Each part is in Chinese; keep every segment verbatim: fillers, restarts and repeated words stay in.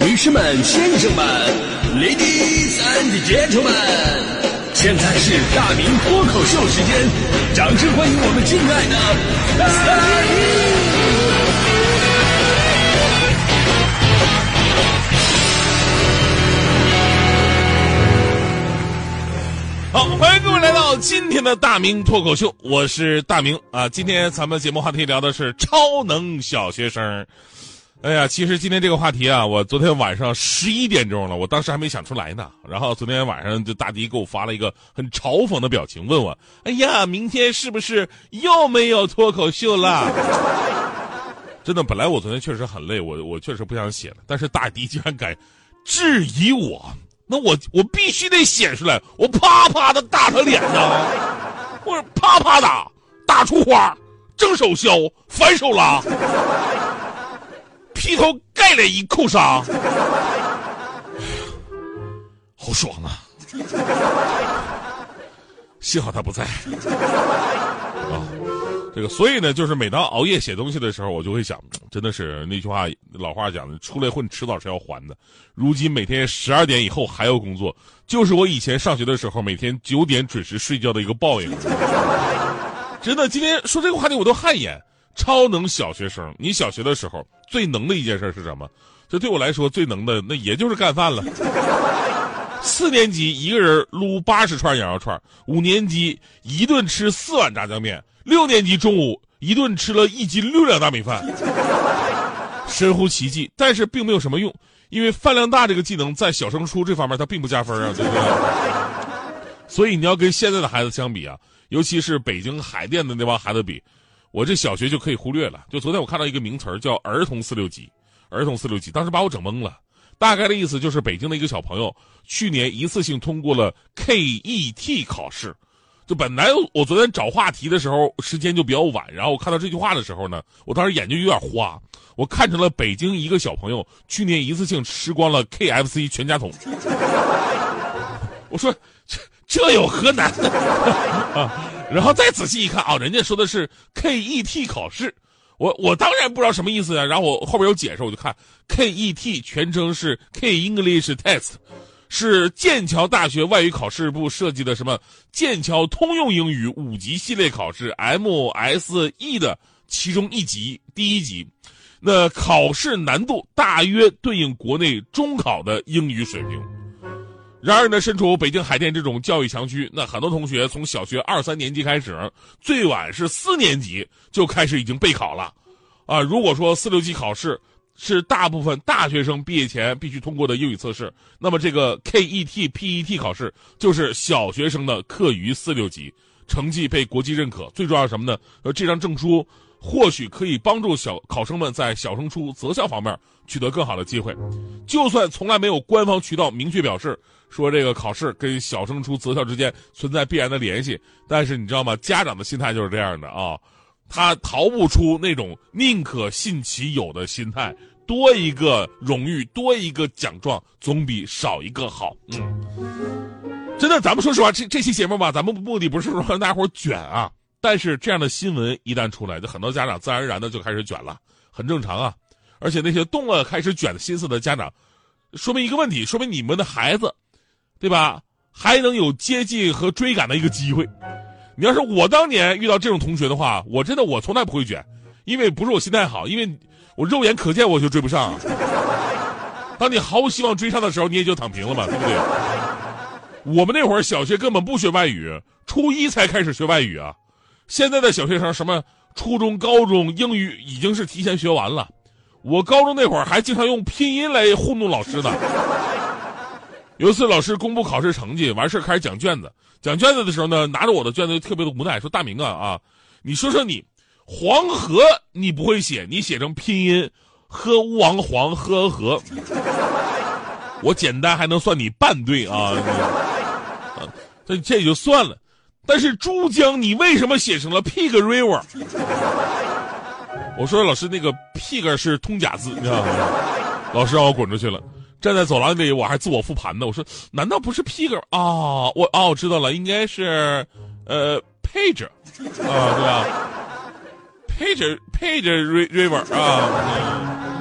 女士们、先生们 ，Ladies and Gentlemen， 现在是大明脱口秀时间，掌声欢迎我们敬爱的大明！ 好，欢迎各位来到今天的大明脱口秀，我是大明啊。今天咱们节目话题聊的是超能小学生。哎呀，其实今天这个话题啊，我昨天晚上十一点钟了，我当时还没想出来呢。然后昨天晚上就大迪给我发了一个很嘲讽的表情，问我：“哎呀，明天是不是又没有脱口秀了？”真的，本来我昨天确实很累，我我确实不想写了，但是大迪居然敢质疑我。那我我必须得写出来，我啪啪的打他脸呢，我啪啪打，打出花，正手削，反手拉，劈头盖脸一扣杀，好爽啊！幸好他不在啊。这个，所以呢，就是每当熬夜写东西的时候，我就会想，真的是那句话，老话讲的，出来混迟早是要还的。如今每天十二点以后还要工作，就是我以前上学的时候每天九点准时睡觉的一个报应。真的，今天说这个话题我都汗颜。超能小学生，你小学的时候最能的一件事是什么？这对我来说最能的，那也就是干饭了。四年级一个人撸八十串羊肉串，五年级一顿吃四碗炸酱面，六年级中午一顿吃了一斤六两大米饭，神乎其技，但是并没有什么用，因为饭量大这个技能在小升初这方面它并不加分啊，对不对？所以你要跟现在的孩子相比啊，尤其是北京海淀的那帮孩子比，我这小学就可以忽略了。就昨天我看到一个名词叫儿童四六级，儿童四六级，当时把我整懵了。大概的意思就是北京的一个小朋友去年一次性通过了 K E T 考试。就本来我昨天找话题的时候时间就比较晚，然后我看到这句话的时候呢，我当时眼睛有点花，我看成了北京一个小朋友去年一次性吃光了 K F C 全家桶。我说这这有何难啊？然后再仔细一看啊，人家说的是 K E T 考试。我我当然不知道什么意思啊，然后我后边有解释，我就看 K E T 全称是 K English Test， 是剑桥大学外语考试部设计的什么剑桥通用英语五级系列考试 M S E 的其中一级，第一级。那考试难度大约对应国内中考的英语水平。然而呢，身处北京海淀这种教育强区，那很多同学从小学二三年级开始，最晚是四年级就开始已经备考了，啊，如果说四六级考试是大部分大学生毕业前必须通过的英语测试，那么这个 K E T P E T 考试就是小学生的课余四六级，成绩被国际认可。最重要是什么呢？呃，这张证书或许可以帮助小考生们在小升初择校方面取得更好的机会。就算从来没有官方渠道明确表示说这个考试跟小升初择校之间存在必然的联系，但是你知道吗？家长的心态就是这样的啊，他逃不出那种宁可信其有的心态，多一个荣誉，多一个奖状，总比少一个好。嗯，真的，咱们说实话，这这期节目吧，咱们目的不是说让大家伙卷啊，但是这样的新闻一旦出来，就很多家长自然而然的就开始卷了，很正常啊。而且那些动了开始卷的心思的家长，说明一个问题，说明你们的孩子，对吧，还能有接近和追赶的一个机会。你要是我当年遇到这种同学的话，我真的我从来不会卷，因为不是我心态好，因为我肉眼可见我就追不上。当你毫无希望追上的时候，你也就躺平了嘛，对不对？我们那会儿小学根本不学外语，初一才开始学外语啊。现在的小学生什么初中、高中英语已经是提前学完了。我高中那会儿还经常用拼音来糊弄老师呢。有一次老师公布考试成绩，完事开始讲卷子。讲卷子的时候呢，拿着我的卷子特别的无奈，说大明啊啊，你说说你黄河你不会写，你写成拼音喝乌王黄喝河，我简单还能算你半对啊。啊这这也就算了，但是珠江你为什么写成了 pig river？ 我说老师那个 pig 是通假字，你知道吗？老师让我滚出去了。站在走廊里我还自我复盘呢，我说难道不是 pig 啊？我哦我知道了，应该是呃 page 啊，对吧？page page river 啊。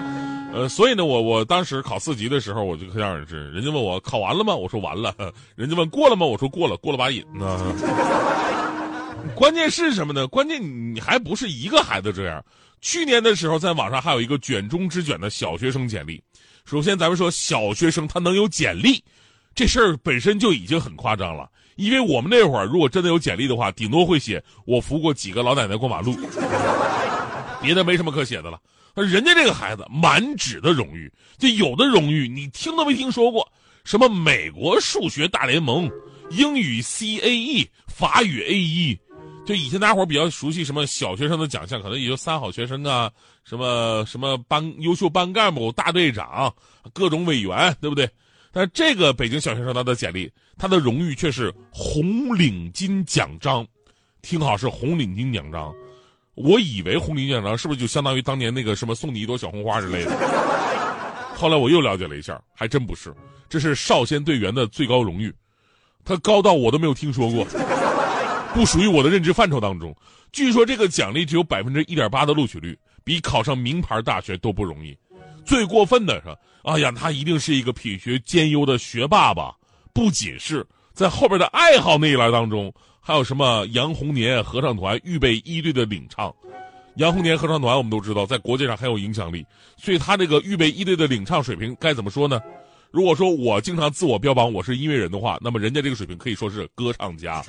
呃，所以呢，我我当时考四级的时候，我就可想而知，人家问我考完了吗？我说完了。人家问过了吗？我说过了，过了把瘾呢。关键是什么呢？关键你还不是一个孩子这样。去年的时候，在网上还有一个卷中之卷的小学生简历。首先，咱们说小学生他能有简历，这事儿本身就已经很夸张了。因为我们那会儿如果真的有简历的话，顶多会写我扶过几个老奶奶过马路，别的没什么可写的了。人家这个孩子满纸的荣誉，就有的荣誉你听都没听说过，什么美国数学大联盟、英语 C A E、法语 A 一，就以前大家伙比较熟悉什么小学生的奖项，可能也就三好学生啊，什么什么班优秀班干部、大队长、各种委员，对不对？但是这个北京小学生他的简历，他的荣誉却是红领巾奖章，听好是红领巾奖章。我以为红领巾奖章是不是就相当于当年那个什么送你一朵小红花之类的？后来我又了解了一下，还真不是，这是少先队员的最高荣誉，它高到我都没有听说过，不属于我的认知范畴当中。据说这个奖励只有百分之一点八的录取率，比考上名牌大学都不容易。最过分的是，哎呀，他一定是一个品学兼优的学霸吧？不仅是在后边的爱好那一栏当中。还有什么杨红年合唱团预备一队的领唱，杨红年合唱团我们都知道在国际上很有影响力，所以他这个预备一队的领唱水平该怎么说呢？如果说我经常自我标榜我是音乐人的话，那么人家这个水平可以说是歌唱家。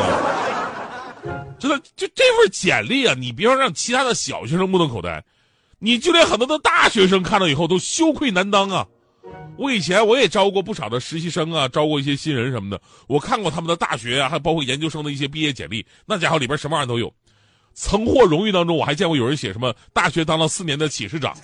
真的，就这份简历啊，你别说让其他的小学生目瞪口呆，你就连很多的大学生看到以后都羞愧难当啊。我以前我也招过不少的实习生啊，招过一些新人什么的，我看过他们的大学啊，还包括研究生的一些毕业简历，那家伙里边什么玩意儿都有。曾获荣誉当中，我还见过有人写什么大学当了四年的寝室长。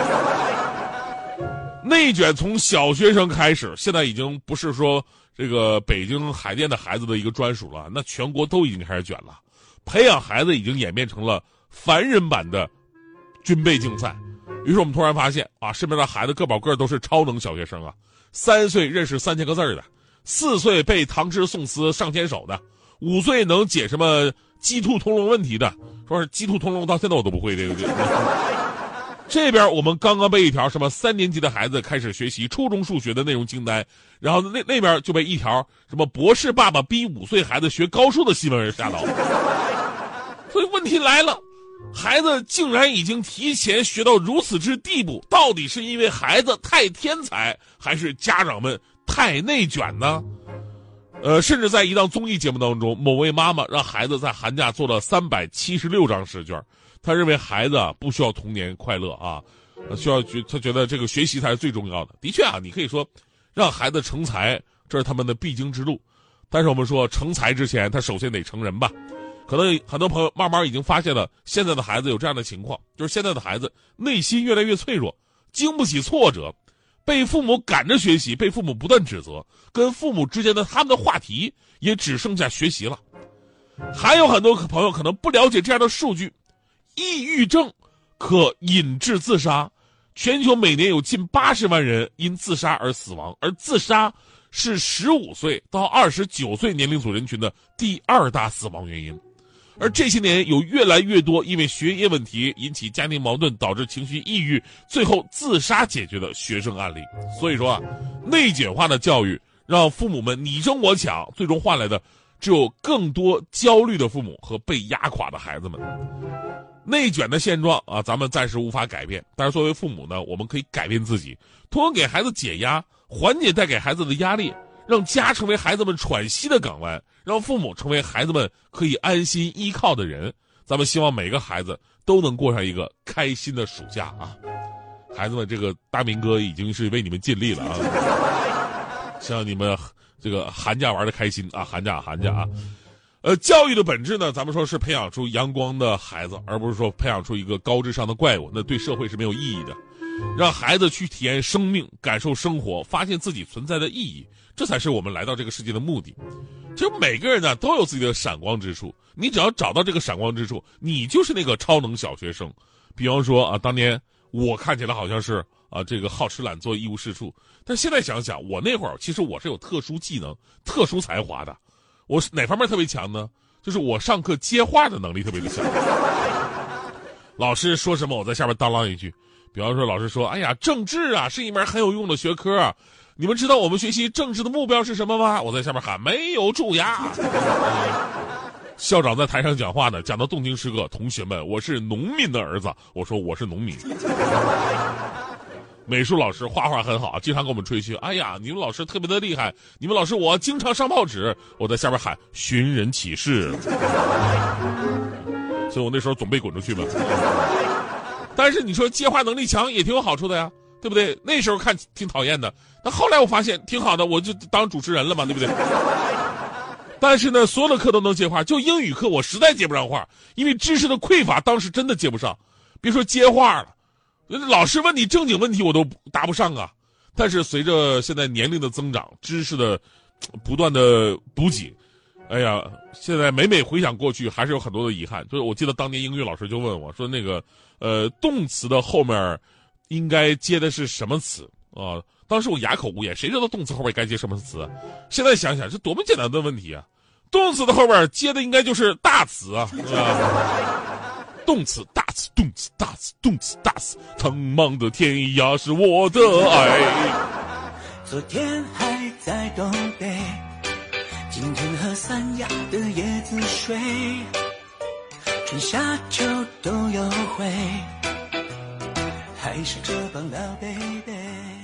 内卷从小学生开始，现在已经不是说这个北京海淀的孩子的一个专属了，那全国都已经开始卷了。培养孩子已经演变成了凡人版的军备竞赛。于是我们突然发现啊，身边的孩子个保个都是超能小学生啊，三岁认识三千个字的，四岁背唐诗宋词上千首的，五岁能解什么鸡兔同笼问题的，说是鸡兔同笼到现在我都不会这个。这边我们刚刚被一条什么三年级的孩子开始学习初中数学的内容惊呆，然后那那边就被一条什么博士爸爸逼五岁孩子学高数的新闻吓到。所以问题来了。孩子竟然已经提前学到如此之地步，到底是因为孩子太天才，还是家长们太内卷呢？呃，甚至在一档综艺节目当中，某位妈妈让孩子在寒假做了三百七十六张试卷，她认为孩子啊不需要童年快乐啊，需要觉她觉得这个学习才是最重要的。的确啊，你可以说让孩子成才，这是他们的必经之路，但是我们说成才之前，他首先得成人吧。可能很多朋友慢慢已经发现了，现在的孩子有这样的情况，就是现在的孩子内心越来越脆弱，经不起挫折，被父母赶着学习，被父母不断指责，跟父母之间的他们的话题也只剩下学习了。还有很多朋友可能不了解这样的数据，抑郁症可引致自杀，全球每年有近八十万人因自杀而死亡，而自杀是十五岁到二十九岁年龄组人群的第二大死亡原因。而这些年有越来越多因为学业问题引起家庭矛盾导致情绪抑郁最后自杀解决的学生案例。所以说啊，内卷化的教育让父母们你争我抢，最终换来的只有更多焦虑的父母和被压垮的孩子们。内卷的现状啊，咱们暂时无法改变，但是作为父母呢，我们可以改变自己，通过给孩子解压，缓解带给孩子的压力，让家成为孩子们喘息的港湾，让父母成为孩子们可以安心依靠的人。咱们希望每个孩子都能过上一个开心的暑假啊！孩子们，这个大明哥已经是为你们尽力了啊！希望你们这个寒假玩的开心啊！寒假寒假啊！呃，教育的本质呢，咱们说是培养出阳光的孩子，而不是说培养出一个高智商的怪物，那对社会是没有意义的。让孩子去体验生命，感受生活，发现自己存在的意义，这才是我们来到这个世界的目的。其实每个人呢都有自己的闪光之处，你只要找到这个闪光之处，你就是那个超能小学生。比方说啊，当年我看起来好像是啊这个好吃懒做一无是处，但现在想想，我那会儿其实我是有特殊技能、特殊才华的。我是哪方面特别强呢？就是我上课接话的能力特别的强。老师说什么，我在下边当啷一句。 比方说老师说，哎呀，政治啊是一门很有用的学科啊，你们知道我们学习政治的目标是什么吗？我在下面喊没有蛀牙。校长在台上讲话呢，讲到动听时刻，同学们，我是农民的儿子，我说我是农民。美术老师画画很好，经常给我们吹嘘，哎呀，你们老师特别的厉害，你们老师我经常上报纸，我在下边喊寻人启事。所以我那时候总被滚出去嘛。但是你说接话能力强也挺有好处的呀，对不对？那时候看挺讨厌的，但后来我发现挺好的，我就当主持人了嘛，对不对？但是呢，所有的课都能接话，就英语课我实在接不上话，因为知识的匮乏，当时真的接不上，别说接话了，老师问你正经问题我都答不上啊。但是随着现在年龄的增长，知识的不断的补给，哎呀，现在每每回想过去，还是有很多的遗憾。就是我记得当年英语老师就问我说，那个呃动词的后面应该接的是什么词啊？当时我哑口无言，谁知道动词后边该接什么词？现在想想，这多么简单的问题啊！动词的后边接的应该就是大词啊，是吧？动词大词，动词大词，动词大词，苍茫的天涯是我的爱。 昨天还在东北，今天和三亚的椰子水，春夏秋都有回，还是这帮老贝贝。